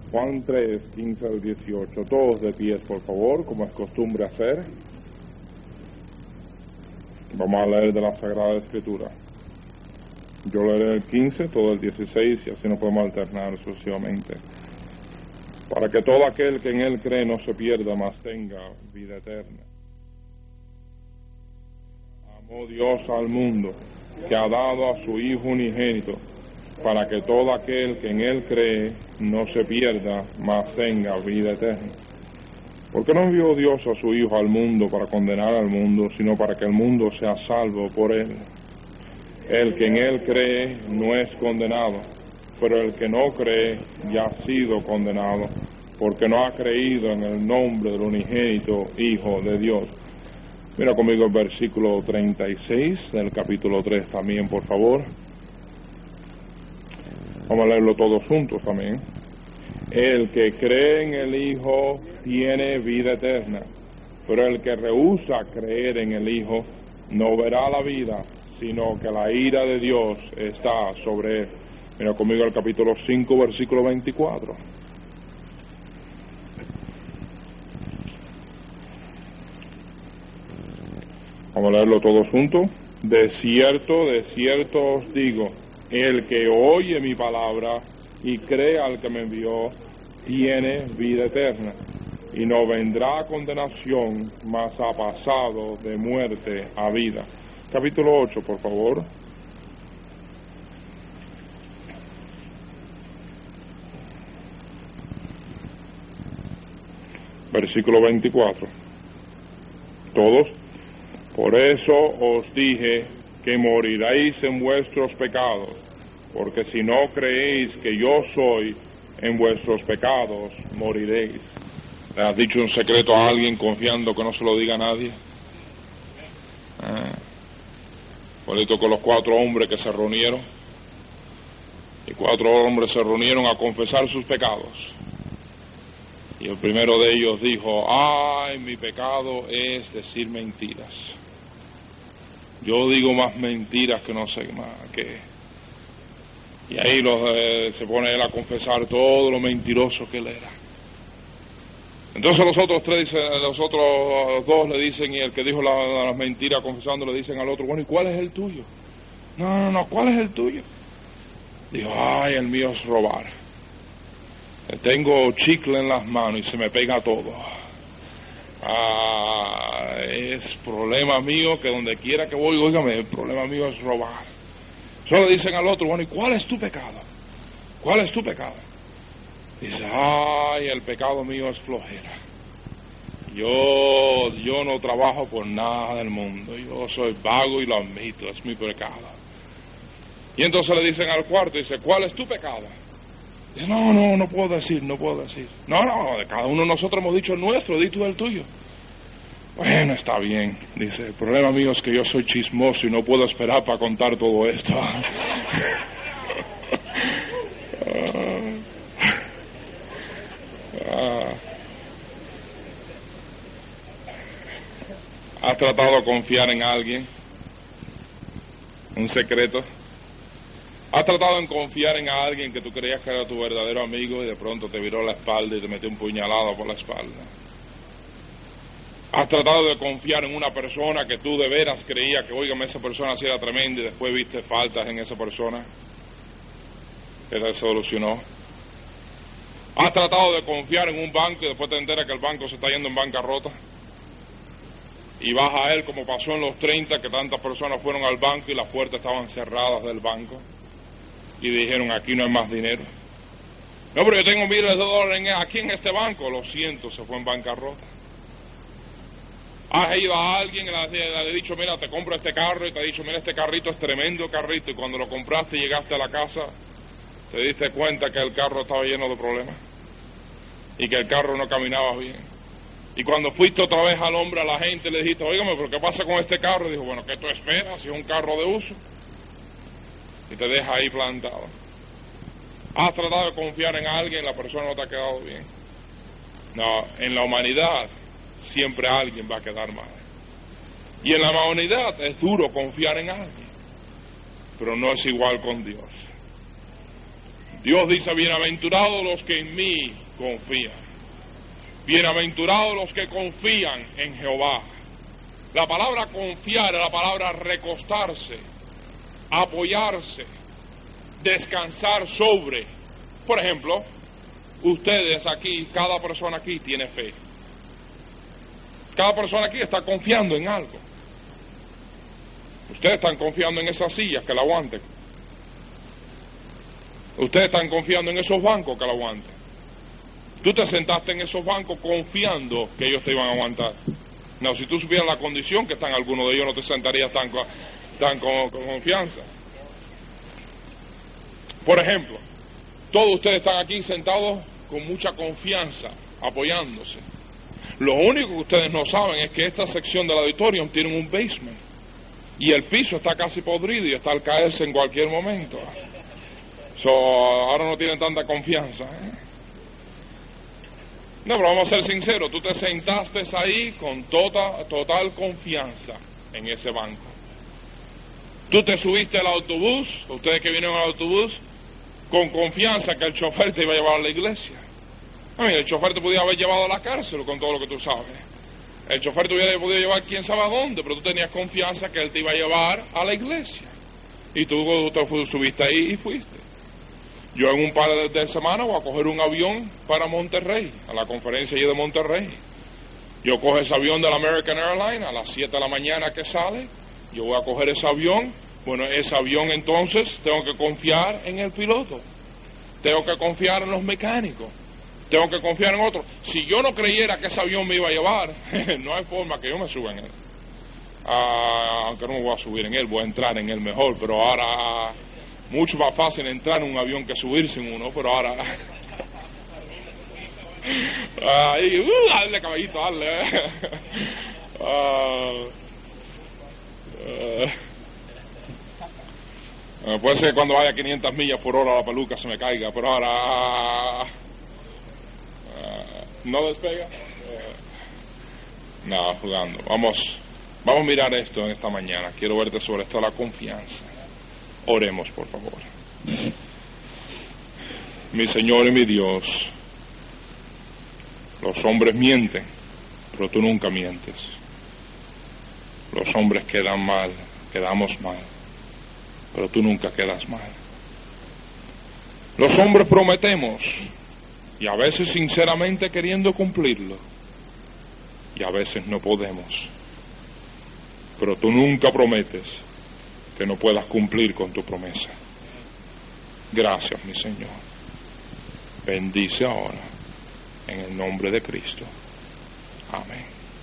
Juan 3, 15 al 18. Todos de pies, por favor, como es costumbre hacer. Vamos a leer de la Sagrada Escritura. Yo leeré el 15, todo el 16, y así nos podemos alternar sucesivamente. Para que todo aquel que en Él cree no se pierda, mas tenga vida eterna. Amó Dios al mundo, que ha dado a su Hijo unigénito, para que todo aquel que en Él cree no se pierda, mas tenga vida eterna. Porque no envió Dios a su Hijo al mundo para condenar al mundo, sino para que el mundo sea salvo por Él. El que en Él cree no es condenado, pero el que no cree ya ha sido condenado, porque no ha creído en el nombre del unigénito Hijo de Dios. Mira conmigo el versículo 36 del capítulo 3 también, por favor. Vamos a leerlo todos juntos también. El que cree en el Hijo tiene vida eterna, pero el que rehúsa creer en el Hijo no verá la vida, sino que la ira de Dios está sobre él. Mira conmigo el capítulo 5, versículo 24. Vamos a leerlo todos juntos. De cierto os digo, el que oye mi palabra y cree al que me envió, tiene vida eterna, y no vendrá a condenación, mas ha pasado de muerte a vida. Capítulo 8, por favor. Versículo 24. Todos. Por eso os dije que moriréis en vuestros pecados, porque si no creéis que yo soy, en vuestros pecados moriréis. ¿Le has dicho un secreto a alguien confiando que no se lo diga a nadie? Bonito con los 4 hombres que se reunieron. Y 4 hombres se reunieron a confesar sus pecados. Y el primero de ellos dijo: ay, mi pecado es decir mentiras. Yo digo más mentiras que no sé más qué. Y ahí se pone él a confesar todo lo mentiroso que él era. Entonces los otros 2 le dicen, y el que dijo las mentiras confesando le dicen al otro: bueno, ¿y cuál es el tuyo? No, ¿cuál es el tuyo? Dijo: ay, el mío es robar. Tengo chicle en las manos y se me pega todo. Es problema mío que donde quiera que voy, óigame, el problema mío es robar. Solo dicen al otro: bueno, ¿y cuál es tu pecado? ¿Cuál es tu pecado? Dice: ay, el pecado mío es flojera. Yo no trabajo por nada del mundo. Yo soy vago y lo admito, es mi pecado. Y entonces le dicen al cuarto, dice: ¿cuál es tu pecado? Dice: no puedo decir. No, de cada uno de nosotros hemos dicho el nuestro, di tú el tuyo. Bueno, está bien. Dice: el problema mío es que yo soy chismoso y no puedo esperar para contar todo esto. ¿Has tratado de confiar en alguien? ¿Un secreto? ¿Has tratado de confiar en alguien que tú creías que era tu verdadero amigo y de pronto te viró la espalda y te metió un puñalado por la espalda? ¿Has tratado de confiar en una persona que tú de veras creías que, óigame, esa persona sí era tremenda y después viste faltas en esa persona que te solucionó? ¿Has tratado de confiar en un banco y después te enteras que el banco se está yendo en bancarrota? Y vas a él como pasó en los 30, que tantas personas fueron al banco y las puertas estaban cerradas del banco y dijeron: aquí no hay más dinero. No, pero yo tengo miles de dólares aquí en este banco. Lo siento, se fue en bancarrota. Has ido a alguien y le has dicho: mira, te compro este carro, y te ha dicho: mira, este carrito es tremendo carrito, y cuando lo compraste y llegaste a la casa te diste cuenta que el carro estaba lleno de problemas y que el carro no caminaba bien. Y cuando fuiste otra vez al hombre, a la gente, le dijiste: óigame, ¿pero qué pasa con este carro? Y dijo: bueno, ¿qué tú esperas si es un carro de uso? Y te deja ahí plantado. Has tratado de confiar en alguien y la persona no te ha quedado bien. No, en la humanidad siempre alguien va a quedar mal. Y en la humanidad es duro confiar en alguien, pero no es igual con Dios. Dios dice, bienaventurados los que en mí confían. Bienaventurados los que confían en Jehová. La palabra confiar es la palabra recostarse, apoyarse, descansar sobre. Por ejemplo, ustedes aquí, cada persona aquí tiene fe. Cada persona aquí está confiando en algo. Ustedes están confiando en esas sillas que la aguanten. Ustedes están confiando en esos bancos que la aguanten. Tú te sentaste en esos bancos confiando que ellos te iban a aguantar. No, si tú supieras la condición que están algunos de ellos, no te sentarías tan con confianza. Por ejemplo, todos ustedes están aquí sentados con mucha confianza, apoyándose. Lo único que ustedes no saben es que esta sección del auditorium tiene un basement. Y el piso está casi podrido y está al caerse en cualquier momento. Ahora no tienen tanta confianza. No, pero vamos a ser sinceros, tú te sentaste ahí con total confianza en ese banco. Tú te subiste al autobús, ustedes que vinieron al autobús, con confianza que el chofer te iba a llevar a la iglesia. El chofer te podía haber llevado a la cárcel con todo lo que tú sabes. El chofer te hubiera podido llevar quién sabe a dónde, pero tú tenías confianza que él te iba a llevar a la iglesia. Y tú te subiste ahí y fuiste. Yo en un par de semanas voy a coger un avión para Monterrey, a la conferencia allí de Monterrey. Yo cojo ese avión de la American Airlines a las 7 de la mañana que sale. Yo voy a coger ese avión. Bueno, ese avión entonces tengo que confiar en el piloto. Tengo que confiar en los mecánicos. Tengo que confiar en otros. Si yo no creyera que ese avión me iba a llevar, no hay forma que yo me suba en él. Aunque no me voy a subir en él, voy a entrar en él mejor, pero ahora mucho más fácil entrar en un avión que subirse en uno, pero ahora dale caballito, dale. Puede ser que cuando vaya a 500 millas por hora la peluca se me caiga, pero ahora no despega. Nada, jugando. Vamos a mirar esto en esta mañana. Quiero verte sobre esto, la confianza. Oremos, por favor. Mi Señor y mi Dios, los hombres mienten, pero tú nunca mientes. Los hombres quedan mal, quedamos mal, pero tú nunca quedas mal. Los hombres prometemos, y a veces sinceramente queriendo cumplirlo, y a veces no podemos. Pero tú nunca prometes que no puedas cumplir con tu promesa. Gracias, mi Señor. Bendice ahora, en el nombre de Cristo. Amén.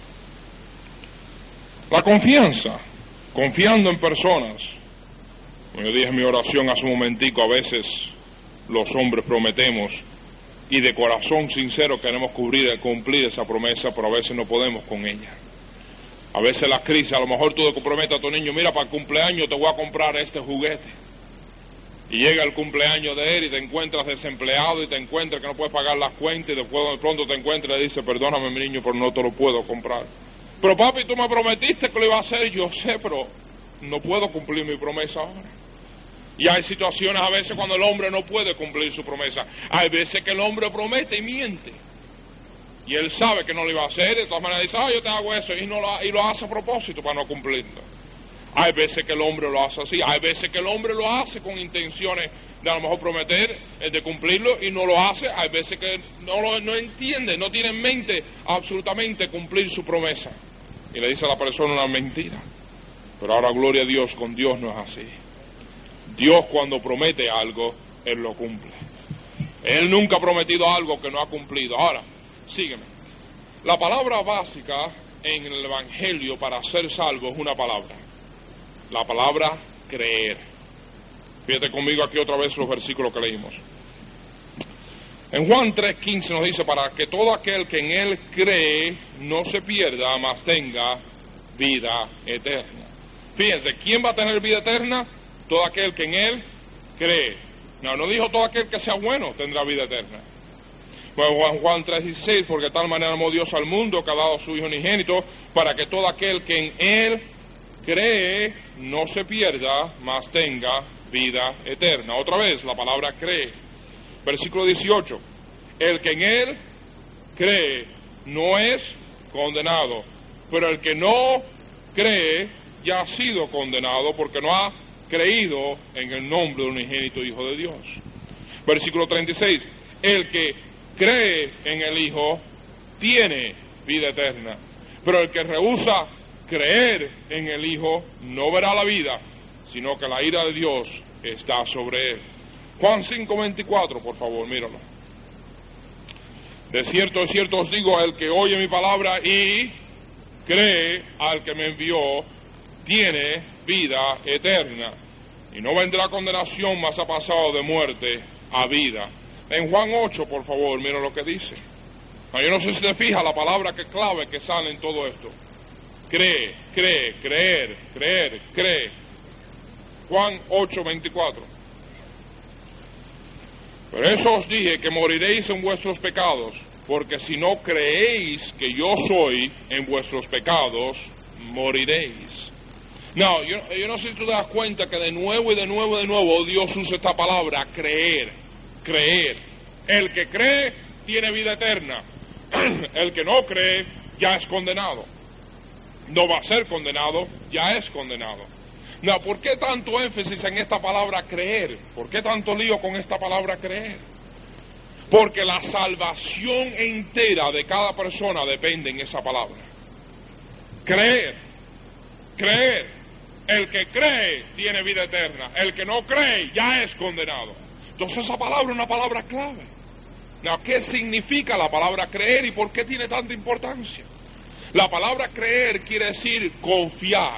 La confianza, confiando en personas. Como yo dije en mi oración hace un momentico, a veces los hombres prometemos y de corazón sincero queremos cumplir esa promesa, pero a veces no podemos con ella. A veces las crisis, a lo mejor tú te comprometes a tu niño, mira, para el cumpleaños te voy a comprar este juguete. Y llega el cumpleaños de él y te encuentras desempleado y te encuentras que no puedes pagar las cuentas y después de pronto te encuentras y le dices, perdóname mi niño, pero no te lo puedo comprar. Pero papi, tú me prometiste que lo iba a hacer. Yo sé, pero no puedo cumplir mi promesa ahora. Y hay situaciones a veces cuando el hombre no puede cumplir su promesa. Hay veces que el hombre promete y miente. Y él sabe que no lo iba a hacer, de todas maneras dice, yo te hago eso, y lo hace a propósito para no cumplirlo. Hay veces que el hombre lo hace así, hay veces que el hombre lo hace con intenciones de a lo mejor prometer, de cumplirlo, y no lo hace. Hay veces que no entiende, no tiene en mente absolutamente cumplir su promesa. Y le dice a la persona una mentira. Pero ahora, gloria a Dios, con Dios no es así. Dios cuando promete algo, Él lo cumple. Él nunca ha prometido algo que no ha cumplido. Ahora, sígueme. La palabra básica en el Evangelio para ser salvo es una palabra. La palabra creer. Fíjate conmigo aquí otra vez los versículos que leímos. En Juan 3:15 nos dice, para que todo aquel que en Él cree no se pierda, mas tenga vida eterna. Fíjense, ¿quién va a tener vida eterna? Todo aquel que en Él cree. No dijo todo aquel que sea bueno tendrá vida eterna. Bueno, Juan 3:16, porque de tal manera amó Dios al mundo que ha dado a su Hijo unigénito, para que todo aquel que en Él cree no se pierda, mas tenga vida eterna. Otra vez, la palabra cree. Versículo 18. El que en él cree no es condenado, pero el que no cree ya ha sido condenado porque no ha creído en el nombre del unigénito Hijo de Dios. Versículo 36. El que cree en el Hijo tiene vida eterna, pero el que rehúsa creer en el Hijo no verá la vida, sino que la ira de Dios está sobre él. Juan 5:24, por favor, míralo. De cierto os digo, el que oye mi palabra y cree al que me envió, tiene vida eterna, y no vendrá condenación, mas ha pasado de muerte a vida. En Juan 8, por favor, mira lo que dice. Yo no sé si te fijas la palabra que clave que sale en todo esto. Cree, cree. Juan 8:24. Pero eso os dije, que moriréis en vuestros pecados, porque si no creéis que yo soy, en vuestros pecados moriréis. No, yo no sé si tú te das cuenta que de nuevo Dios usa esta palabra, creer. El que cree tiene vida eterna. El que no cree ya es condenado. No va a ser condenado, ya es condenado. No, ¿por qué tanto énfasis en esta palabra creer? ¿Por qué tanto lío con esta palabra creer? Porque la salvación entera de cada persona depende en esa palabra. Creer. El que cree tiene vida eterna. El que no cree ya es condenado. Entonces esa palabra es una palabra clave. Now, ¿qué significa la palabra creer y por qué tiene tanta importancia? La palabra creer quiere decir confiar.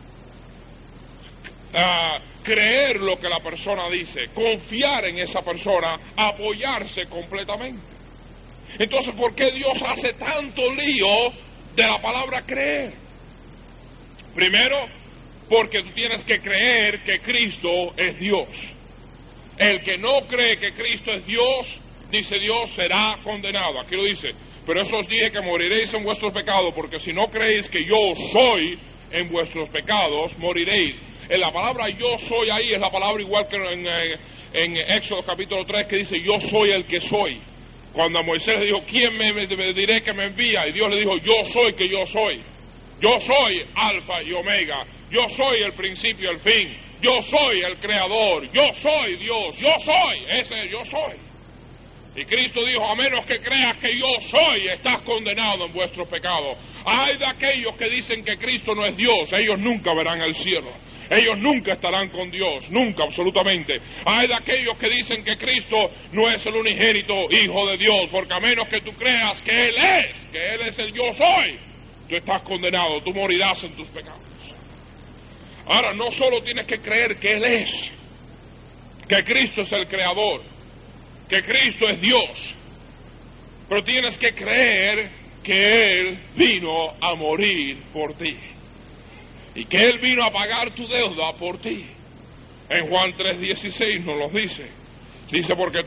Creer lo que la persona dice, confiar en esa persona, apoyarse completamente. Entonces, ¿por qué Dios hace tanto lío de la palabra creer? Primero, porque tú tienes que creer que Cristo es Dios. El que no cree que Cristo es Dios, dice Dios, será condenado. Aquí lo dice, pero eso os dije que moriréis en vuestros pecados, porque si no creéis que yo soy, en vuestros pecados moriréis. En la palabra yo soy ahí es la palabra igual que en Éxodo capítulo 3 que dice yo soy el que soy. Cuando a Moisés le dijo, ¿quién me diré que me envía? Y Dios le dijo, yo soy que yo soy. Yo soy Alfa y Omega. Yo soy el principio y el fin. Yo soy el creador. Yo soy Dios. Yo soy. Ese yo soy. Y Cristo dijo, a menos que creas que yo soy, estás condenado en vuestros pecados. Hay de aquellos que dicen que Cristo no es Dios, ellos nunca verán el cielo. Ellos nunca estarán con Dios, nunca, absolutamente. Hay de aquellos que dicen que Cristo no es el unigénito Hijo de Dios, porque a menos que tú creas que Él es el yo soy, tú estás condenado, tú morirás en tus pecados. Ahora, no solo tienes que creer que Él es, que Cristo es el creador, que Cristo es Dios, pero tienes que creer que Él vino a morir por ti y que Él vino a pagar tu deuda por ti. En Juan 3:16 nos lo dice. Dice, porque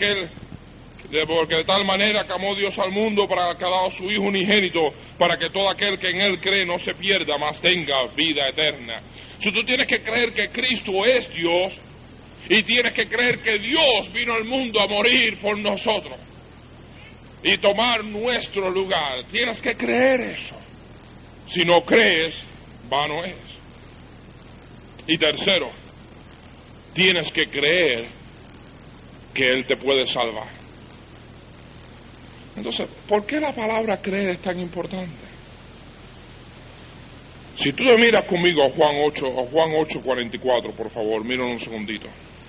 de tal manera que amó Dios al mundo para que ha dado a su Hijo unigénito, para que todo aquel que en Él cree no se pierda, mas tenga vida eterna. Si tú tienes que creer que Cristo es Dios, y tienes que creer que Dios vino al mundo a morir por nosotros y tomar nuestro lugar. Tienes que creer eso. Si no crees, vano es. Y tercero, tienes que creer que Él te puede salvar. Entonces, ¿por qué la palabra creer es tan importante? Si tú te miras conmigo a Juan 8:44, por favor, mira un segundito.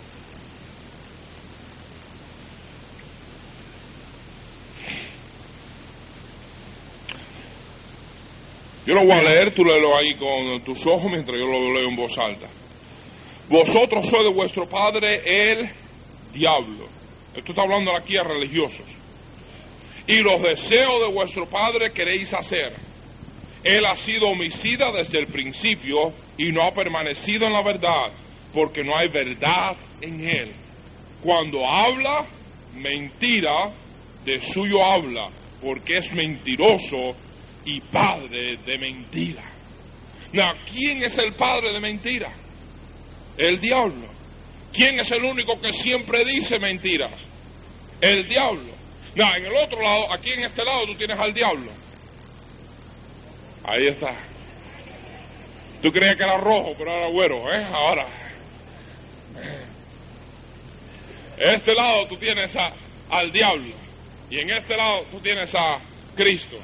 Yo lo voy a leer, tú léelo ahí con tus ojos mientras yo lo leo en voz alta. Vosotros sois de vuestro padre el diablo. Esto está hablando aquí a religiosos. Y los deseos de vuestro padre queréis hacer. Él ha sido homicida desde el principio y no ha permanecido en la verdad, porque no hay verdad en él. Cuando habla, mentira, de suyo habla, porque es mentiroso y padre de mentira. Now, ¿quién es el padre de mentira? El diablo. ¿Quién es el único que siempre dice mentiras? El diablo. No, en el otro lado, aquí en este lado tú tienes al diablo. Ahí está. Tú creías que era rojo, pero era güero, Ahora. Este lado tú tienes al diablo. Y en este lado tú tienes a Cristo.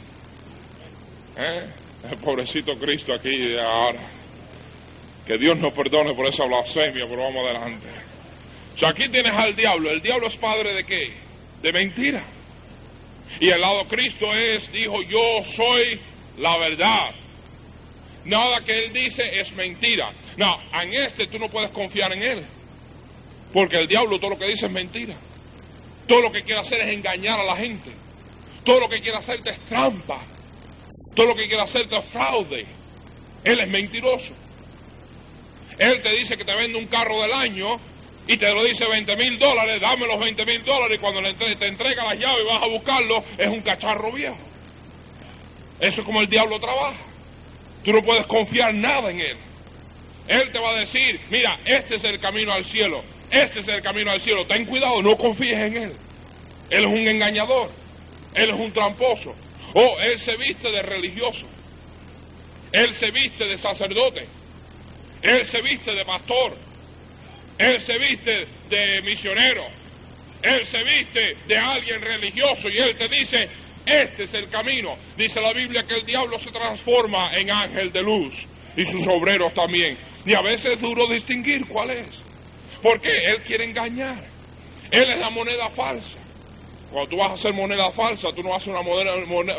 El pobrecito Cristo aquí ahora. Que Dios nos perdone por esa blasfemia, pero vamos adelante. O sea, aquí tienes al diablo. ¿El diablo es padre de qué? De mentira. Y el lado Cristo dijo, yo soy la verdad. Nada que él dice es mentira. No, en este tú no puedes confiar en él. Porque el diablo todo lo que dice es mentira. Todo lo que quiere hacer es engañar a la gente. Todo lo que quiere hacerte es trampa. Todo lo que quiere hacerte es fraude. Él es mentiroso. Él te dice que te vende un carro del año y te lo dice $20,000, dame los $20,000, y cuando te entrega las llaves y vas a buscarlo, es un cacharro viejo. Eso es como el diablo trabaja. Tú no puedes confiar nada en él. Él te va a decir, mira, este es el camino al cielo, este es el camino al cielo, ten cuidado, no confíes en él. Él es un engañador, él es un tramposo. Él se viste de religioso, él se viste de sacerdote, él se viste de pastor, él se viste de misionero, él se viste de alguien religioso, y él te dice, este es el camino. Dice la Biblia que el diablo se transforma en ángel de luz, y sus obreros también. Y a veces es duro distinguir cuál es. ¿Por qué? Él quiere engañar. Él es la moneda falsa. Cuando tú vas a hacer moneda falsa, tú no haces una moneda.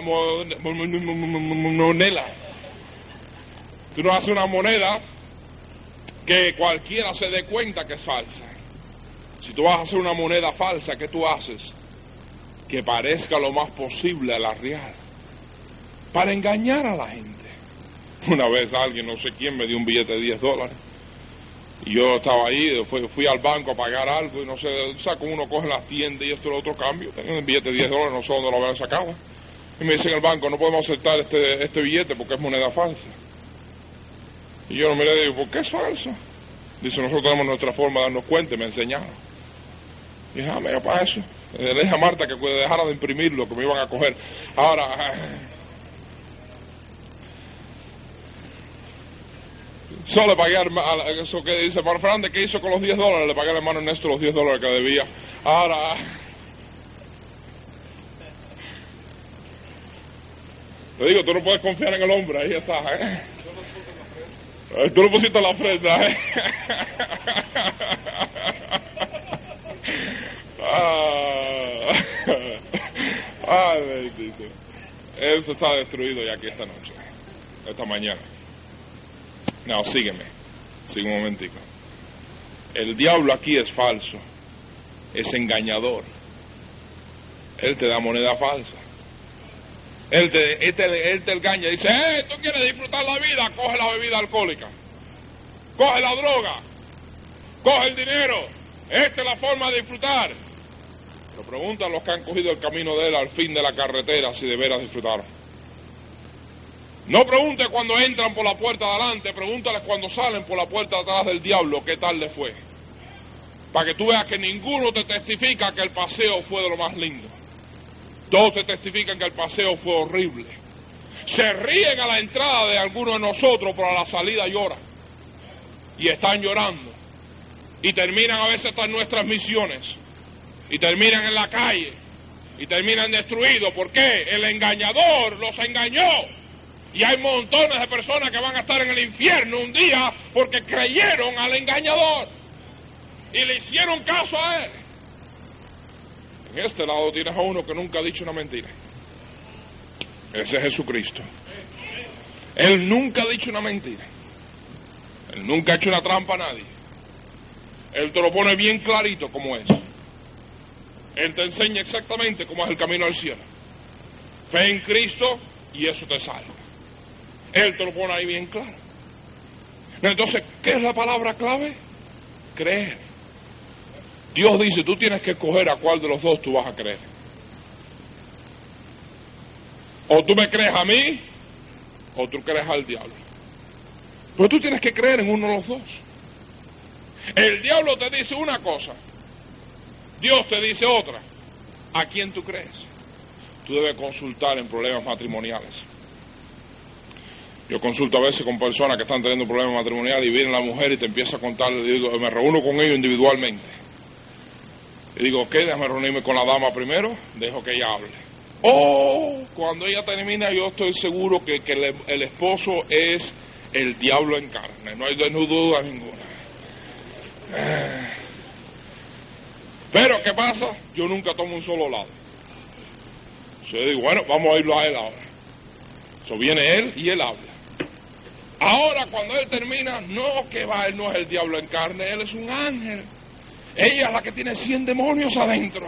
Tú no haces una moneda que cualquiera se dé cuenta que es falsa. Si tú vas a hacer una moneda falsa, ¿qué tú haces? Que parezca lo más posible a la real, para engañar a la gente. Una vez alguien, no sé quién, me dio un billete de $10, y yo estaba ahí, fui al banco a pagar algo, y no sé, cómo uno coge las tiendas y esto y lo otro cambio. Tenía un billete de $10, no sé dónde lo habían sacado, y me dicen en el banco, no podemos aceptar este billete porque es moneda falsa. Y yo me le digo, ¿por qué es falsa? Dice, nosotros tenemos nuestra forma de darnos cuenta, y me enseñaron. Y dije, mira, para eso. Le dije a Marta que dejara de imprimirlo, que me iban a coger. Ahora, solo le pagué eso que dice Mar Fernández, ¿qué hizo con los $10? Le pagué al hermano Ernesto los $10 que debía. Ahora, le digo, tú no puedes confiar en el hombre, ahí está, Tú lo pusiste en la ofrenda, Ay, bendito. Eso está destruido ya aquí esta noche, esta mañana. No, sígueme un momentico. El diablo aquí es falso, es engañador. Él te da moneda falsa. Él te engaña, dice, tú quieres disfrutar la vida, coge la bebida alcohólica, coge la droga, coge el dinero, esta es la forma de disfrutar. Pero pregunta a los que han cogido el camino de él al fin de la carretera si de veras disfrutaron. No pregunte cuando entran por la puerta de adelante, pregúntales cuando salen por la puerta de atrás del diablo qué tal le fue. Para que tú veas que ninguno te testifica que el paseo fue de lo más lindo. Todos te testifican que el paseo fue horrible. Se ríen a la entrada de algunos de nosotros, pero a la salida lloran. Y están llorando. Y terminan a veces hasta en nuestras misiones. Y terminan en la calle. Y terminan destruidos. ¿Por qué? El engañador los engañó. Y hay montones de personas que van a estar en el infierno un día porque creyeron al engañador. Y le hicieron caso a él. En este lado tienes a uno que nunca ha dicho una mentira. Ese es Jesucristo. Él nunca ha dicho una mentira. Él nunca ha hecho una trampa a nadie. Él te lo pone bien clarito como es. Él te enseña exactamente cómo es el camino al cielo. Fe en Cristo y eso te salva. Él te lo pone ahí bien claro. Entonces, ¿qué es la palabra clave? Creer. Dios dice, tú tienes que escoger a cuál de los dos tú vas a creer. O tú me crees a mí, o tú crees al diablo. Pero tú tienes que creer en uno de los dos. El diablo te dice una cosa, Dios te dice otra. ¿A quién tú crees? Tú debes consultar en problemas matrimoniales. Yo consulto a veces con personas que están teniendo problemas matrimoniales y viene la mujer y te empieza a contar, digo, me reúno con ellos individualmente. Y digo, ok, déjame reunirme con la dama primero, dejo que ella hable. Cuando ella termina, yo estoy seguro que el esposo es el diablo en carne, no hay duda ninguna. Pero, ¿qué pasa? Yo nunca tomo un solo lado. Yo digo, bueno, vamos a irlo a él ahora. Viene él y él habla. Ahora, cuando él termina, él no es el diablo en carne, él es un ángel. Ella es la que tiene 100 demonios adentro.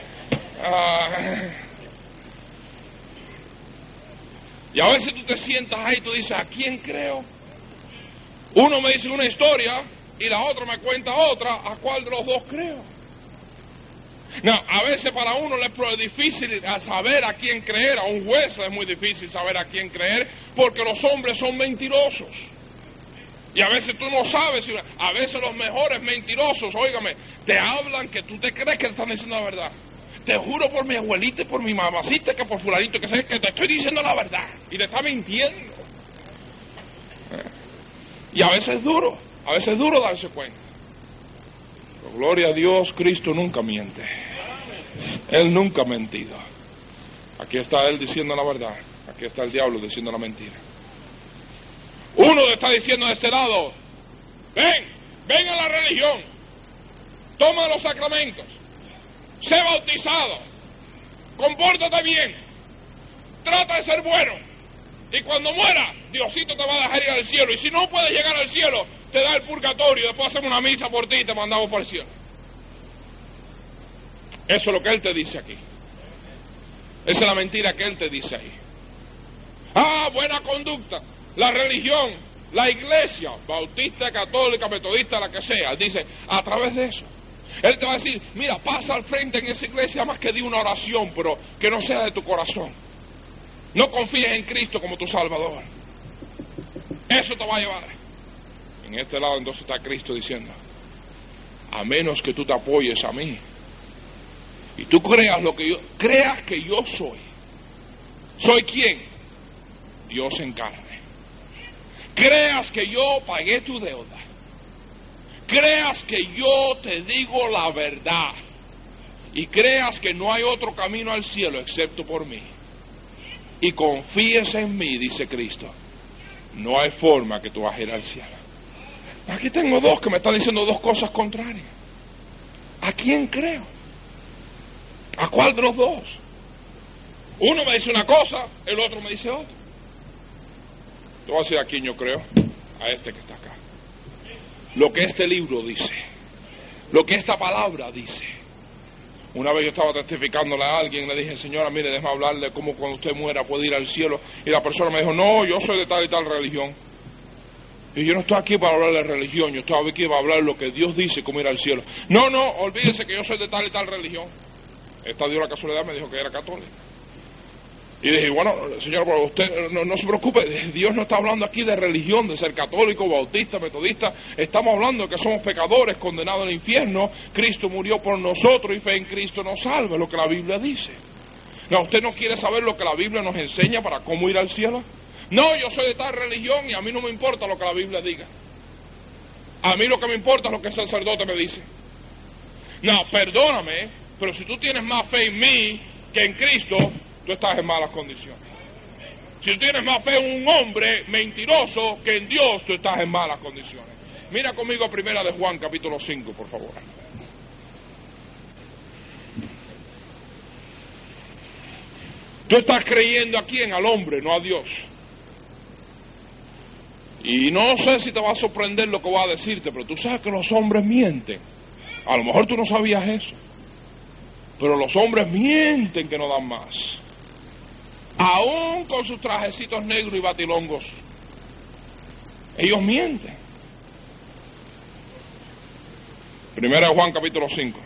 Y a veces tú te sientas ahí y tú dices, ¿a quién creo? Uno me dice una historia y la otra me cuenta otra, ¿a cuál de los dos creo? No, a veces para uno es difícil saber a quién creer, a un juez es muy difícil saber a quién creer, porque los hombres son mentirosos. Y a veces tú no sabes, a veces los mejores mentirosos, óigame, te hablan que tú te crees que te están diciendo la verdad. Te juro por mi abuelita y por mi mamacita que por fulanito que sé que te estoy diciendo la verdad y te está mintiendo. Y a veces es duro darse cuenta. Pero gloria a Dios, Cristo nunca miente. Él nunca ha mentido. Aquí está Él diciendo la verdad, aquí está el diablo diciendo la mentira. Uno le está diciendo de este lado, ven a la religión, toma los sacramentos, sé bautizado, compórtate bien, trata de ser bueno, y cuando muera, Diosito te va a dejar ir al cielo, y si no puedes llegar al cielo, te da el purgatorio, después hacemos una misa por ti y te mandamos para el cielo. Eso es lo que Él te dice aquí. Esa es la mentira que Él te dice ahí. Buena conducta. La religión, la iglesia, bautista, católica, metodista, la que sea, Él dice, a través de eso. Él te va a decir, mira, pasa al frente en esa iglesia más que di una oración, pero que no sea de tu corazón. No confíes en Cristo como tu Salvador. Eso te va a llevar. En este lado entonces está Cristo diciendo, a menos que tú te apoyes a mí y tú creas que yo soy. ¿Soy quién? Dios en carne. Creas que yo pagué tu deuda. Creas que yo te digo la verdad. Y creas que no hay otro camino al cielo excepto por mí. Y confíes en mí, dice Cristo. No hay forma que tú vas a ir al cielo. Aquí tengo dos que me están diciendo dos cosas contrarias. ¿A quién creo? ¿A cuál de los dos? Uno me dice una cosa, el otro me dice otra. Te voy a decir a quién yo creo. A este que está acá. Lo que este libro dice. Lo que esta palabra dice. Una vez yo estaba testificándole a alguien, le dije, señora, mire, déjame hablarle cómo cuando usted muera puede ir al cielo. Y la persona me dijo, no, yo soy de tal y tal religión. Y yo no estoy aquí para hablar de religión, yo estoy aquí para hablar de lo que Dios dice, cómo ir al cielo. No, olvídese que yo soy de tal y tal religión. Esta dio la casualidad, me dijo que era católica. Y dije, bueno, señor, pero usted no se preocupe, Dios no está hablando aquí de religión, de ser católico, bautista, metodista. Estamos hablando de que somos pecadores condenados al infierno. Cristo murió por nosotros y fe en Cristo nos salva, lo que la Biblia dice. No, ¿usted no quiere saber lo que la Biblia nos enseña para cómo ir al cielo? No, yo soy de tal religión y a mí no me importa lo que la Biblia diga. A mí lo que me importa es lo que el sacerdote me dice. No, perdóname, pero si tú tienes más fe en mí que en Cristo, tú estás en malas condiciones. Si tú tienes más fe en un hombre mentiroso que en Dios, tú estás en malas condiciones. Mira conmigo a 1 de Juan, capítulo 5, por favor. Tú estás creyendo a quién, al hombre, no a Dios. Y no sé si te va a sorprender lo que voy a decirte, pero tú sabes que los hombres mienten. A lo mejor tú no sabías eso. Pero los hombres mienten que no dan más. Aún con sus trajecitos negros y batilongos. Ellos mienten. 1 de Juan capítulo 5.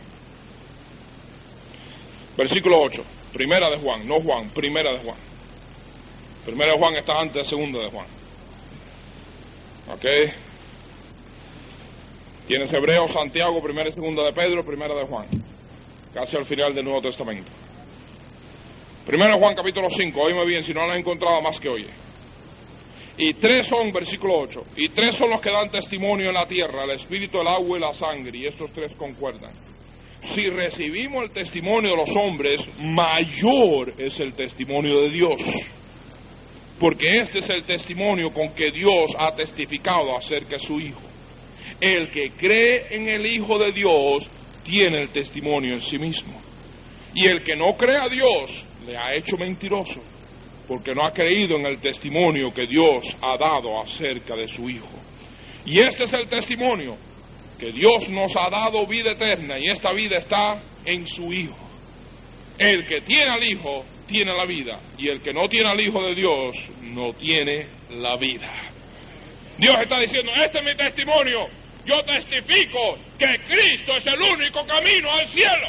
Versículo 8. 1 de Juan, no Juan, 1 de Juan. 1 de Juan está antes de 2 de Juan. ¿Ok? Tienes Hebreo, Santiago, 1 y 2 de Pedro, 1 de Juan. casi al final del Nuevo Testamento. Primero Juan capítulo 5, oíme bien, si no lo han encontrado más que oye. Y 3 son, versículo 8, y 3 son los que dan testimonio en la tierra, el espíritu, el agua y la sangre, y estos 3 concuerdan. Si recibimos el testimonio de los hombres, mayor es el testimonio de Dios. Porque este es el testimonio con que Dios ha testificado acerca de su Hijo. El que cree en el Hijo de Dios tiene el testimonio en sí mismo. Y el que no cree a Dios le ha hecho mentiroso, porque no ha creído en el testimonio que Dios ha dado acerca de su Hijo. Y este es el testimonio, que Dios nos ha dado vida eterna, y esta vida está en su Hijo. El que tiene al Hijo tiene la vida, y el que no tiene al Hijo de Dios no tiene la vida. Dios está diciendo, este es mi testimonio, yo testifico que Cristo es el único camino al cielo.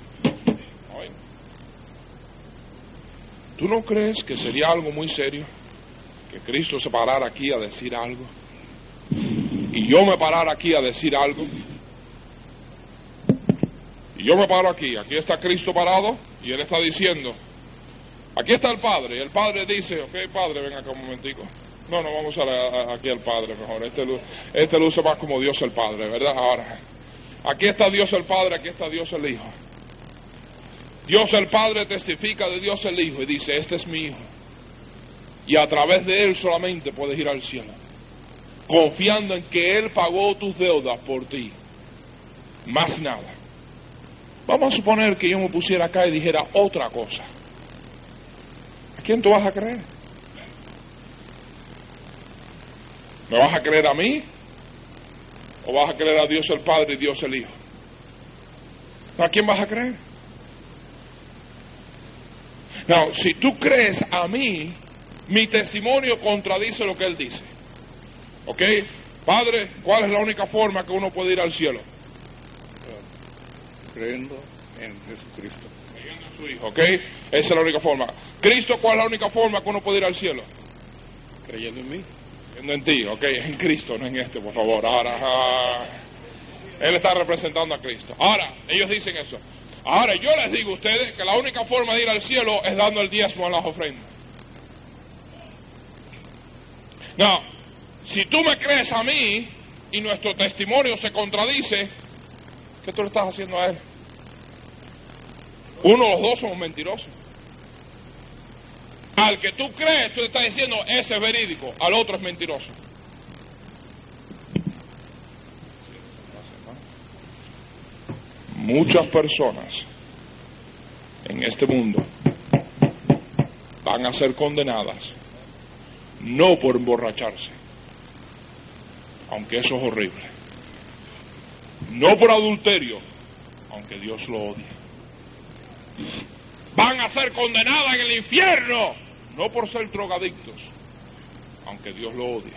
¿Tú no crees que sería algo muy serio que Cristo se parara aquí a decir algo y yo me parara aquí a decir algo? Y yo me paro aquí está Cristo parado y Él está diciendo, aquí está el Padre, y el Padre dice, ok, Padre, ven acá un momentico. No, vamos a aquí al Padre mejor, este luce más como Dios el Padre, ¿verdad? Ahora, aquí está Dios el Padre, aquí está Dios el Hijo. Dios el Padre testifica de Dios el Hijo y dice, este es mi Hijo. Y a través de Él solamente puedes ir al cielo, confiando en que Él pagó tus deudas por ti. Más nada. Vamos a suponer que yo me pusiera acá y dijera otra cosa. ¿A quién tú vas a creer? ¿Me vas a creer a mí? ¿O vas a creer a Dios el Padre y Dios el Hijo? ¿A quién vas a creer? No, si tú crees a mí, mi testimonio contradice lo que Él dice. ¿Ok? Padre, ¿cuál es la única forma que uno puede ir al cielo? Creyendo en Jesucristo. Creyendo en su Hijo, ¿ok? Esa es la única forma. Cristo, ¿cuál es la única forma que uno puede ir al cielo? Creyendo en mí. Creyendo en ti, ¿ok? En Cristo, no en este, por favor. Ahora, Él está representando a Cristo. Ahora, ellos dicen eso. Ahora, yo les digo a ustedes que la única forma de ir al cielo es dando el diezmo en las ofrendas. No, si tú me crees a mí y nuestro testimonio se contradice, ¿qué tú le estás haciendo a Él? Uno o los dos somos mentirosos. Al que tú crees, tú le estás diciendo, ese es verídico, al otro es mentiroso. Muchas personas en este mundo van a ser condenadas no por emborracharse, aunque eso es horrible, no por adulterio, aunque Dios lo odia. Van a ser condenadas en el infierno no por ser drogadictos, aunque Dios lo odia,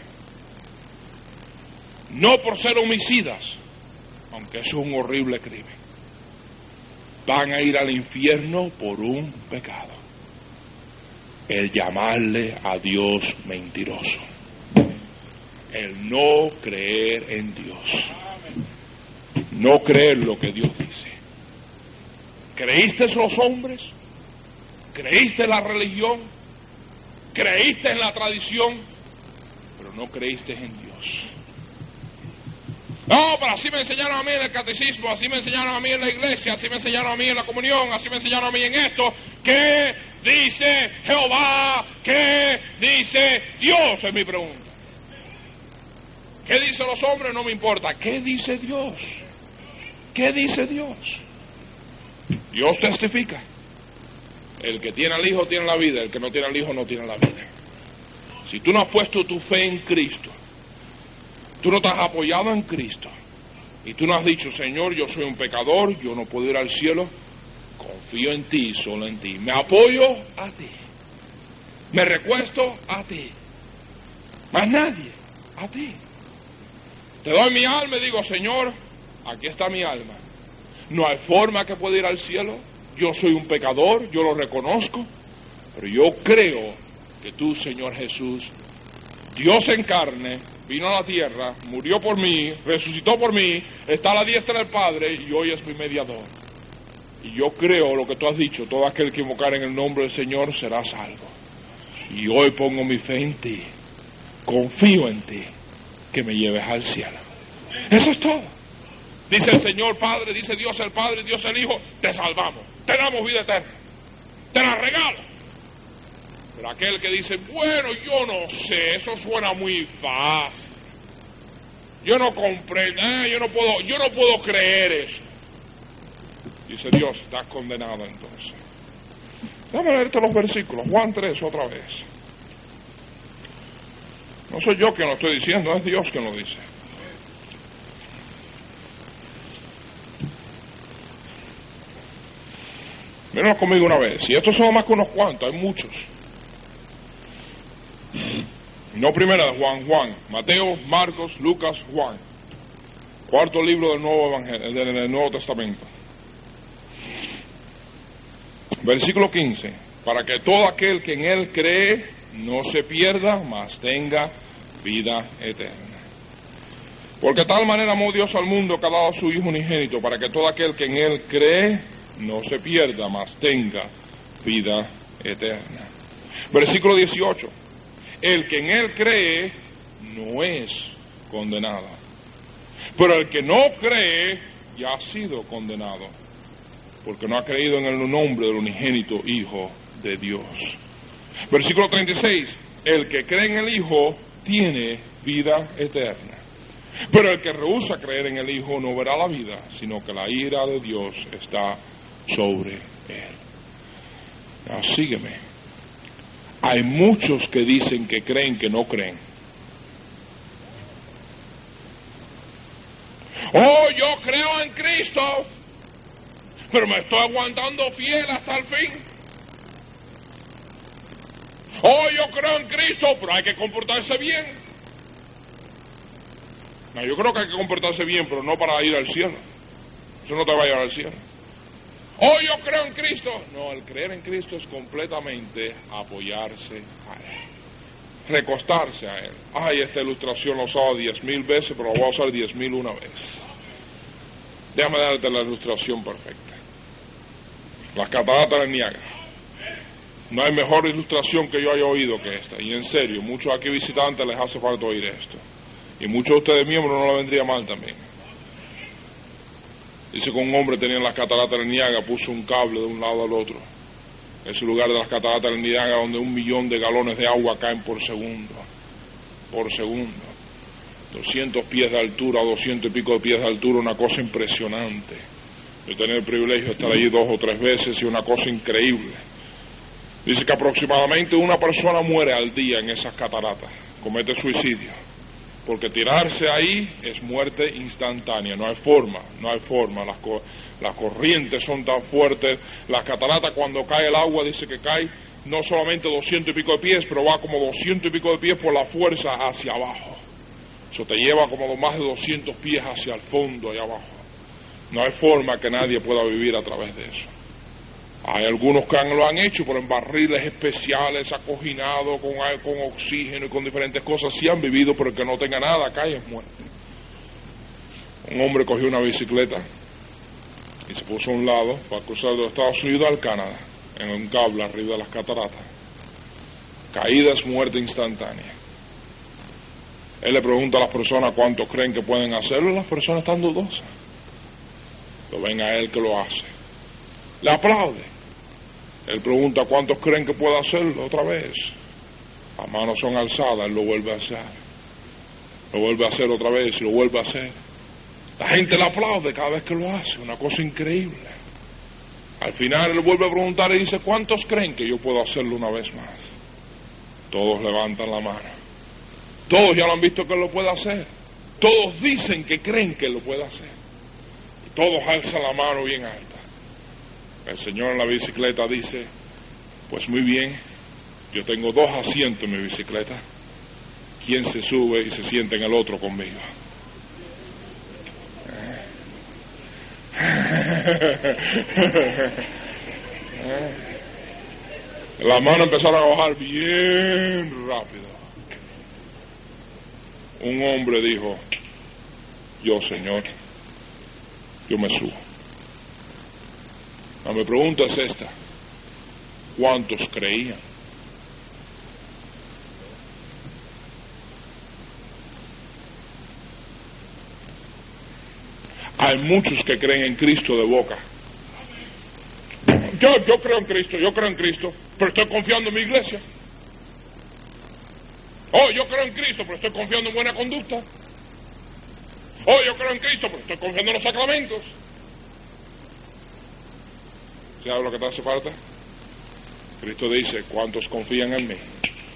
no por ser homicidas, aunque eso es un horrible crimen. Van a ir al infierno por un pecado: el llamarle a Dios mentiroso, el no creer en Dios, no creer lo que Dios dice. ¿Creíste en los hombres? ¿Creíste en la religión? ¿Creíste en la tradición? Pero no creíste en Dios. No, pero así me enseñaron a mí en el catecismo, así me enseñaron a mí en la iglesia, así me enseñaron a mí en la comunión, así me enseñaron a mí en esto. ¿Qué dice Jehová? ¿Qué dice Dios? Es mi pregunta. ¿Qué dicen los hombres? No me importa. ¿Qué dice Dios? ¿Qué dice Dios? Dios testifica. El que tiene al Hijo tiene la vida, el que no tiene al Hijo no tiene la vida. Si tú no has puesto tu fe en Cristo, tú no te has apoyado en Cristo, y tú no has dicho, Señor, yo soy un pecador, yo no puedo ir al cielo, confío en ti, solo en ti, me apoyo a ti, me recuesto a ti, más nadie, a ti. Te doy mi alma y digo, Señor, aquí está mi alma. No hay forma que pueda ir al cielo, yo soy un pecador, yo lo reconozco, pero yo creo que tú, Señor Jesús, Dios en carne, vino a la tierra, murió por mí, resucitó por mí, está a la diestra del Padre y hoy es mi mediador. Y yo creo lo que tú has dicho, todo aquel que invocar en el nombre del Señor será salvo. Y hoy pongo mi fe en ti, confío en ti, que me lleves al cielo. Eso es todo. Dice el Señor Padre, dice Dios el Padre, Dios el Hijo, te salvamos, te damos vida eterna, te la regalo. Pero aquel que dice, bueno, yo no sé, eso suena muy fácil, yo no comprendo, yo no puedo creer eso. Dice Dios, estás condenado entonces. Déjame leerte los versículos, Juan 3 otra vez. No soy yo quien lo estoy diciendo, es Dios quien lo dice. Mírenlos conmigo una vez, y estos son más que unos cuantos, hay muchos. No primera de Juan, Mateo, Marcos, Lucas, Juan. Cuarto libro del Nuevo Evangelio, del Nuevo Testamento. Versículo 15. Para que todo aquel que en él cree no se pierda, mas tenga vida eterna. Porque de tal manera amó Dios al mundo que ha dado a su Hijo unigénito, para que todo aquel que en él cree no se pierda, mas tenga vida eterna. Versículo 18. El que en él cree no es condenado, pero el que no cree ya ha sido condenado, porque no ha creído en el nombre del unigénito Hijo de Dios. Versículo 36. El que cree en el Hijo tiene vida eterna, pero el que rehúsa creer en el Hijo no verá la vida, sino que la ira de Dios está sobre él. Ahora, sígueme. Hay muchos que dicen que creen que no creen. Oh, yo creo en Cristo, pero me estoy aguantando fiel hasta el fin. Oh, yo creo en Cristo, pero hay que comportarse bien. No, yo creo que hay que comportarse bien, pero no para ir al cielo. Eso no te va a llevar al cielo. Oh, yo creo en Cristo. No, el creer en Cristo es completamente apoyarse a Él, recostarse a Él. Ay, esta ilustración la he usado 10,000 veces, pero la voy a usar 10,000 una vez. Déjame darte la ilustración perfecta. Las cataratas del Niágara. No hay mejor ilustración que yo haya oído que esta. Y en serio, muchos aquí visitantes les hace falta oír esto. Y muchos de ustedes miembros no le vendría mal también. Dice que un hombre tenía las cataratas del Niágara, puso un cable de un lado al otro. Ese lugar de las cataratas del Niágara donde 1 millón de galones de agua caen por segundo. Por segundo. 200 pies de altura, 200 y pico de pies de altura, una cosa impresionante. Yo tenía el privilegio de estar allí 2 o 3 veces y una cosa increíble. Dice que aproximadamente una persona muere al día en esas cataratas, comete suicidio. Porque tirarse ahí es muerte instantánea, no hay forma, las corrientes son tan fuertes, las cataratas cuando cae el agua dice que cae no solamente 200 y pico de pies, pero va como 200 y pico de pies por la fuerza hacia abajo, eso te lleva como más de 200 pies hacia el fondo allá abajo, no hay forma que nadie pueda vivir a través de eso. Hay algunos que lo han hecho, pero en barriles especiales, acoginados, con oxígeno y con diferentes cosas, sí han vivido, pero el que no tenga nada, cae en muerte. Un hombre cogió una bicicleta y se puso a un lado para cruzar de los Estados Unidos al Canadá, en un cable arriba de las cataratas. Caída es muerte instantánea. Él le pregunta a las personas cuántos creen que pueden hacerlo, y las personas están dudosas. Lo ven a él que lo hace. Le aplaude. Él pregunta cuántos creen que puede hacerlo otra vez. Las manos son alzadas, él lo vuelve a hacer. Lo vuelve a hacer otra vez y lo vuelve a hacer. La gente le aplaude cada vez que lo hace, una cosa increíble. Al final él vuelve a preguntar y dice, ¿cuántos creen que yo puedo hacerlo una vez más? Todos levantan la mano. Todos ya lo han visto que él lo puede hacer. Todos dicen que creen que él lo puede hacer. Y todos alzan la mano bien alta. El señor en la bicicleta dice, pues muy bien, yo tengo 2 asientos en mi bicicleta. ¿Quién se sube y se sienta en el otro conmigo? Las manos empezaron a bajar bien rápido. Un hombre dijo, yo, Señor, yo me subo. Mi pregunta es esta: ¿cuántos creían? Hay muchos que creen en Cristo de boca. Yo creo en Cristo, pero estoy confiando en mi iglesia. Oh, yo creo en Cristo, pero estoy confiando en buena conducta. Oh, yo creo en Cristo, pero estoy confiando en los sacramentos. ¿Sabes lo que te hace falta? Cristo dice: ¿cuántos confían en mí?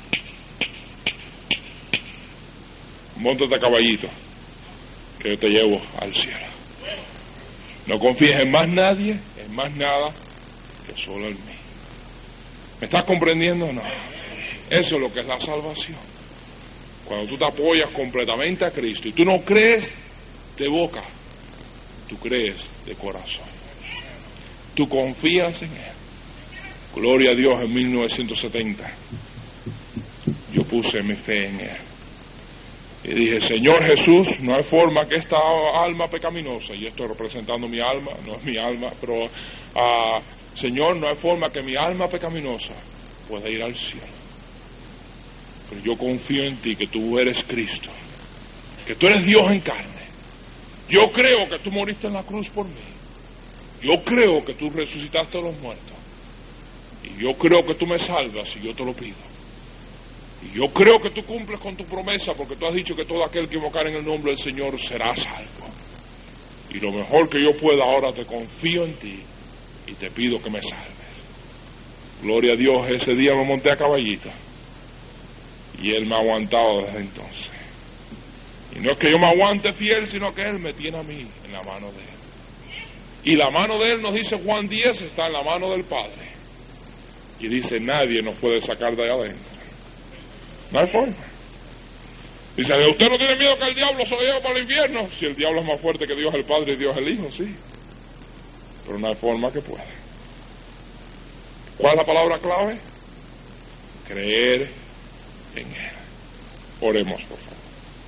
Móntate a caballito, que yo te llevo al cielo. No confíes en más nadie, en más nada, que solo en mí. ¿Me estás comprendiendo? No. Eso es lo que es la salvación. Cuando tú te apoyas completamente a Cristo y tú no crees de boca, tú crees de corazón. Tú confías en Él. Gloria a Dios. En 1970 yo puse mi fe en Él y dije: Señor Jesús, no hay forma que esta alma pecaminosa, y estoy representando mi alma, no es mi alma, pero Señor, no hay forma que mi alma pecaminosa pueda ir al cielo. Pero yo confío en ti, que tú eres Cristo, que tú eres Dios en carne. Yo creo que tú moriste en la cruz por mí. Yo creo que tú resucitaste a los muertos. Y yo creo que tú me salvas si yo te lo pido. Y yo creo que tú cumples con tu promesa, porque tú has dicho que todo aquel que invocar en el nombre del Señor será salvo. Y lo mejor que yo pueda ahora, te confío en ti y te pido que me salves. Gloria a Dios. Ese día me monté a caballito y Él me ha aguantado desde entonces. Y no es que yo me aguante fiel, sino que Él me tiene a mí en la mano de Él. Y la mano de Él, nos dice Juan 10, está en la mano del Padre. Y dice: nadie nos puede sacar de ahí adentro. No hay forma. Dice: ¿usted no tiene miedo que el diablo se lo lleve para el infierno? Si el diablo es más fuerte que Dios el Padre y Dios el Hijo, sí. Pero no hay forma que pueda. ¿Cuál es la palabra clave? Creer en Él. Oremos, por favor.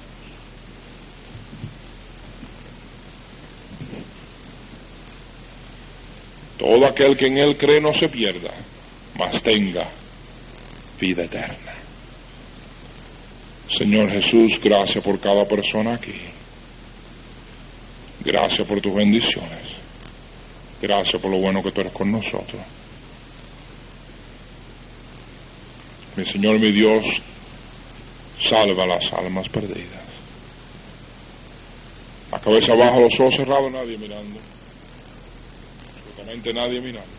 Todo aquel que en Él cree no se pierda, mas tenga vida eterna. Señor Jesús, gracias por cada persona aquí. Gracias por tus bendiciones. Gracias por lo bueno que tú eres con nosotros. Mi Señor, mi Dios, salva las almas perdidas. La cabeza baja, los ojos cerrados, nadie mirando. Absolutamente nadie mirando.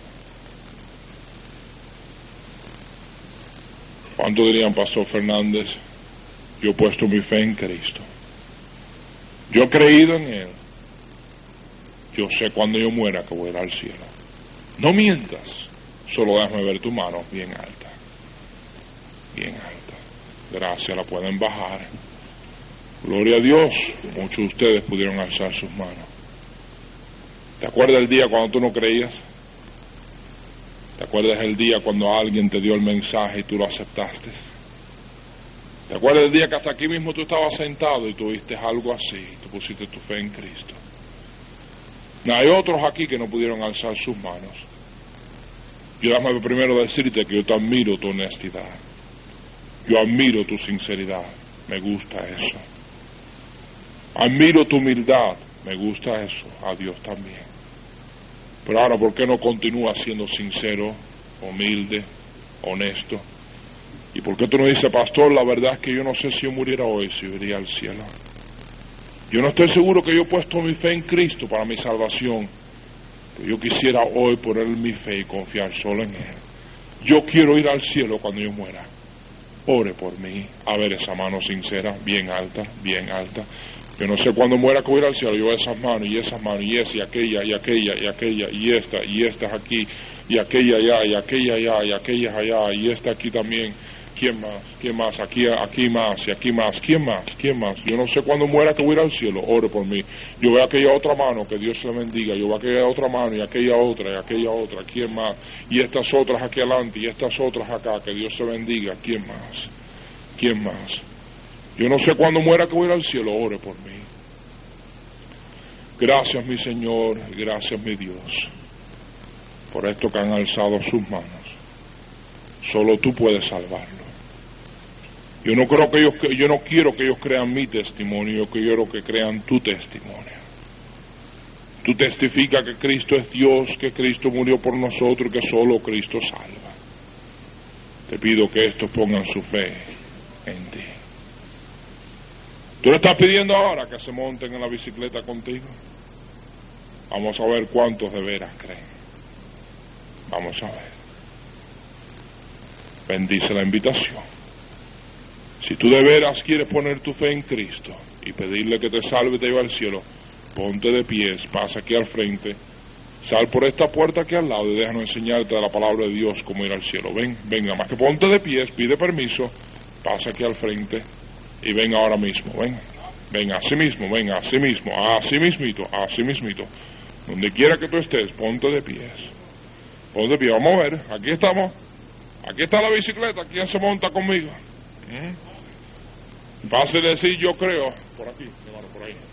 ¿Cuánto dirían, Pastor Fernández? Yo he puesto mi fe en Cristo. Yo he creído en Él. Yo sé cuando yo muera que voy a ir al cielo. No mientas, solo déjame ver tu mano bien alta. Bien alta. Gracias, la pueden bajar. Gloria a Dios. Muchos de ustedes pudieron alzar sus manos. ¿Te acuerdas el día cuando tú no creías? ¿Te acuerdas el día cuando alguien te dio el mensaje y tú lo aceptaste? ¿Te acuerdas el día que hasta aquí mismo tú estabas sentado y tuviste algo así? Tú pusiste tu fe en Cristo. No, hay otros aquí que no pudieron alzar sus manos. Yo déjame primero decirte que yo te admiro tu honestidad. Yo admiro tu sinceridad. Me gusta eso. Admiro tu humildad. Me gusta eso. A Dios también. Pero ahora, ¿por qué no continúas siendo sincero, humilde, honesto? ¿Y por qué tú no dices: pastor, la verdad es que yo no sé si yo muriera hoy, si yo iría al cielo? Yo no estoy seguro que yo he puesto mi fe en Cristo para mi salvación, pero yo quisiera hoy poner mi fe y confiar solo en Él. Yo quiero ir al cielo cuando yo muera. Ore por mí. A ver esa mano sincera, bien alta, bien alta. Yo no sé cuándo muera que voy a ir al cielo. Yo veo esas manos, y esa, y aquella, y aquella, y aquella, y esta es aquí, y aquella allá, y aquella allá, y aquella allá, y esta aquí también. ¿Quién más? ¿Quién más? Aquí más, y aquí más. ¿Quién más? ¿Quién más? Yo no sé cuándo muera que voy a ir al cielo. Ore por mí. Yo veo aquella otra mano, que Dios le bendiga. Yo veo aquella otra mano, y aquella otra, y aquella otra. ¿Quién más? Y estas otras aquí adelante, y estas otras acá, que Dios se bendiga. ¿Quién más? ¿Quién más? Yo no sé cuándo muera que voy a ir al cielo. Ore por mí. Gracias, mi Señor, y gracias, mi Dios. por esto que han alzado sus manos. Solo tú puedes salvarlo. Yo no quiero que ellos crean mi testimonio, yo quiero que crean tu testimonio. Tú testificas que Cristo es Dios, que Cristo murió por nosotros y que solo Cristo salva. Te pido que estos pongan su fe en ti. Tú le estás pidiendo ahora que se monten en la bicicleta contigo. Vamos a ver cuántos de veras creen. Vamos a ver. Bendice la invitación. Si tú de veras quieres poner tu fe en Cristo y pedirle que te salve y te lleve al cielo, ponte de pies, pasa aquí al frente, sal por esta puerta aquí al lado y déjanos enseñarte de la palabra de Dios cómo ir al cielo. Venga, más que ponte de pies, pide permiso, pasa aquí al frente y ven ahora mismo, ven así mismo, así mismito. Donde quiera que tú estés, ponte de pies. Ponte de pies, vamos a ver, aquí estamos, aquí está la bicicleta, ¿quién se monta conmigo? Fácil decir yo creo, por aquí, hermano, por ahí.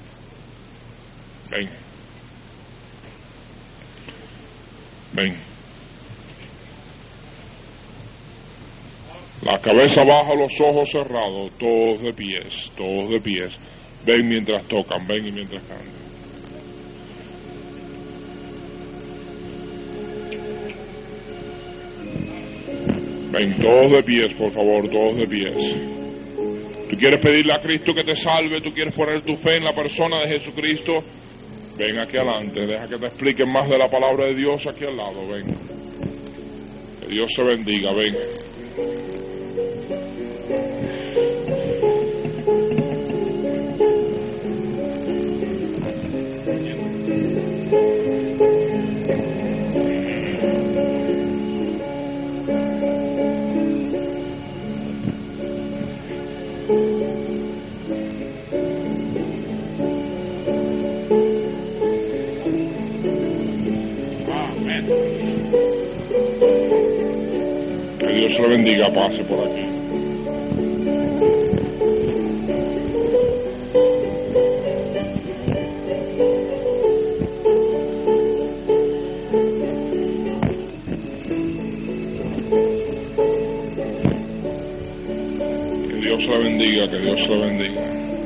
Ven. La cabeza baja, los ojos cerrados, todos de pies. Ven mientras tocan, ven y mientras cantan. Ven, todos de pies, por favor, todos de pies. Tú quieres pedirle a Cristo que te salve, tú quieres poner tu fe en la persona de Jesucristo, ven aquí adelante, deja que te expliquen más de la palabra de Dios aquí al lado, ven. Que Dios se bendiga, ven. Que Dios le bendiga, pase por aquí. Que Dios le bendiga, que Dios le bendiga.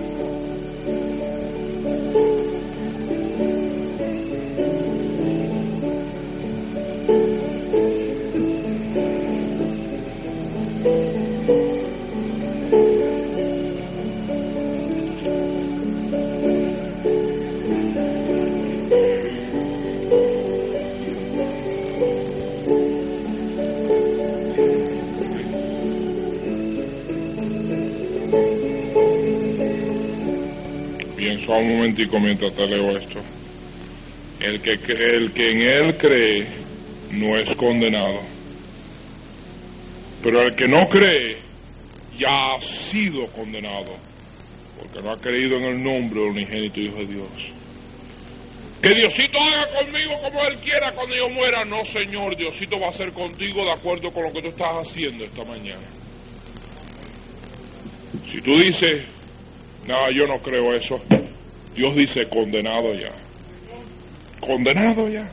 Pienso un momentico mientras te leo esto. El que en él cree no es condenado, pero el que no cree ya ha sido condenado, porque no ha creído en el nombre del unigénito Hijo de Dios. Que Diosito haga conmigo como Él quiera cuando yo muera. No, Señor, Diosito va a hacer contigo de acuerdo con lo que tú estás haciendo esta mañana. Si tú dices, no, yo no creo eso, Dios dice, condenado ya. Condenado ya.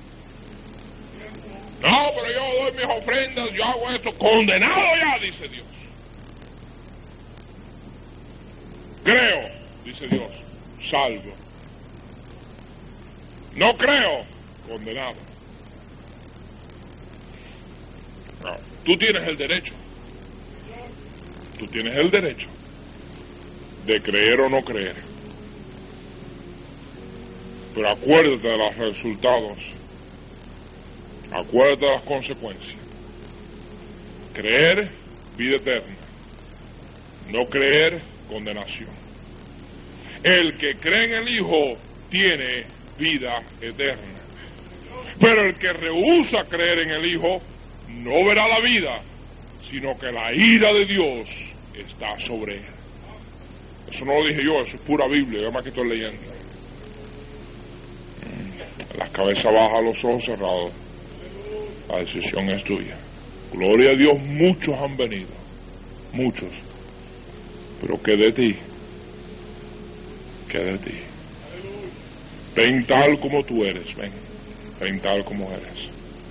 No, pero yo doy mis ofrendas, yo hago esto, condenado ya, dice Dios. Creo, dice Dios, salvo. No creo, condenado. No, tú tienes el derecho. Tú tienes el derecho de creer o no creer. Pero acuérdate de los resultados. Acuérdate de las consecuencias. Creer, vida eterna. No creer, condenación. El que cree en el Hijo tiene vida eterna. Pero el que rehúsa creer en el Hijo no verá la vida, sino que la ira de Dios está sobre él. Eso no lo dije yo, eso es pura Biblia, además que estoy leyendo. Las cabezas bajas, los ojos cerrados. La decisión es tuya. Gloria a Dios, muchos han venido. Muchos. Pero ¿qué de ti? ¿Qué de ti? Ven tal como tú eres, ven. en tal como eres.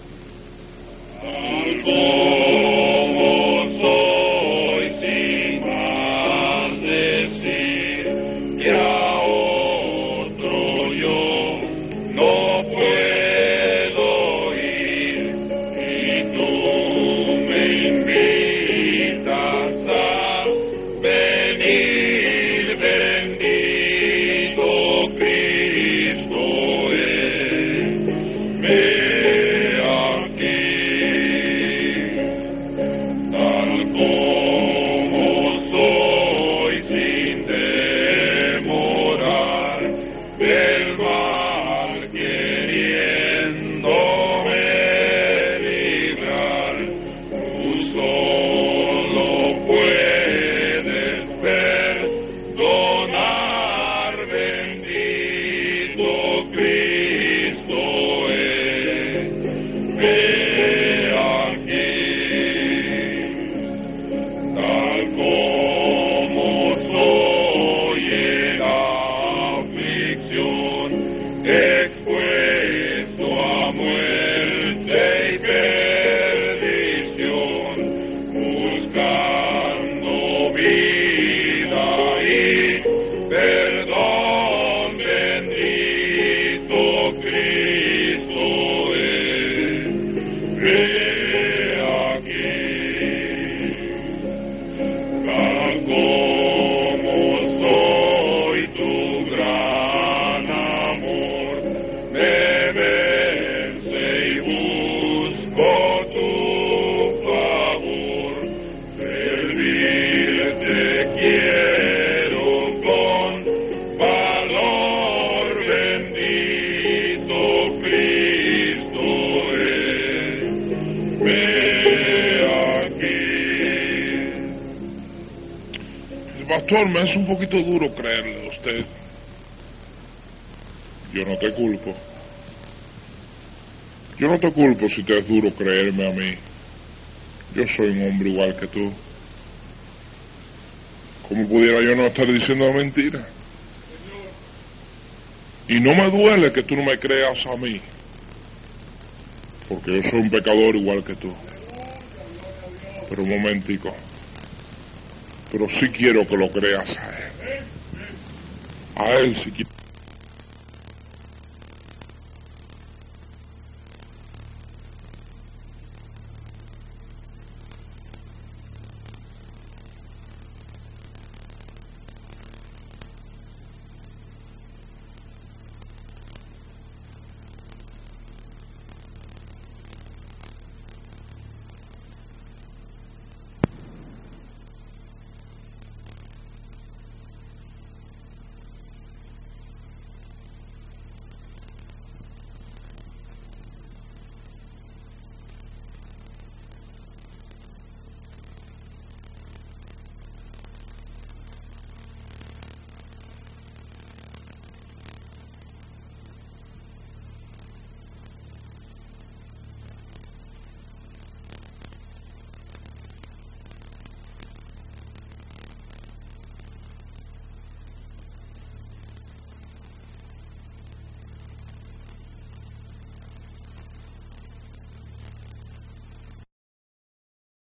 Tal como soy, sin más decir, que a otro yo no puedo ir, y tú me invitas a venir, bendito Cristo es. Tal como soy, sin demorar, del mal queriéndome librar, tú solo puedes perdonar, bendito Cristo es. Tal como soy en aflicción, expuesto a muerte y perdición, buscando vida y perdón, bendito Cristo es. Tal como soy, tu gran amor me vence y busco tu favor. Servirte quiero con valor, bendito Cristo es. Ve aquí. Pastor, me es un poquito duro creerle a usted. Yo no te culpo. Yo no te culpo si te es duro creerme a mí. Yo soy un hombre igual que tú. ¿Cómo pudiera yo no estar diciendo mentira? Y no me duele que tú no me creas a mí, porque yo soy un pecador igual que tú. Pero un momentico. Pero sí quiero que lo creas a Él. A Él sí quiero.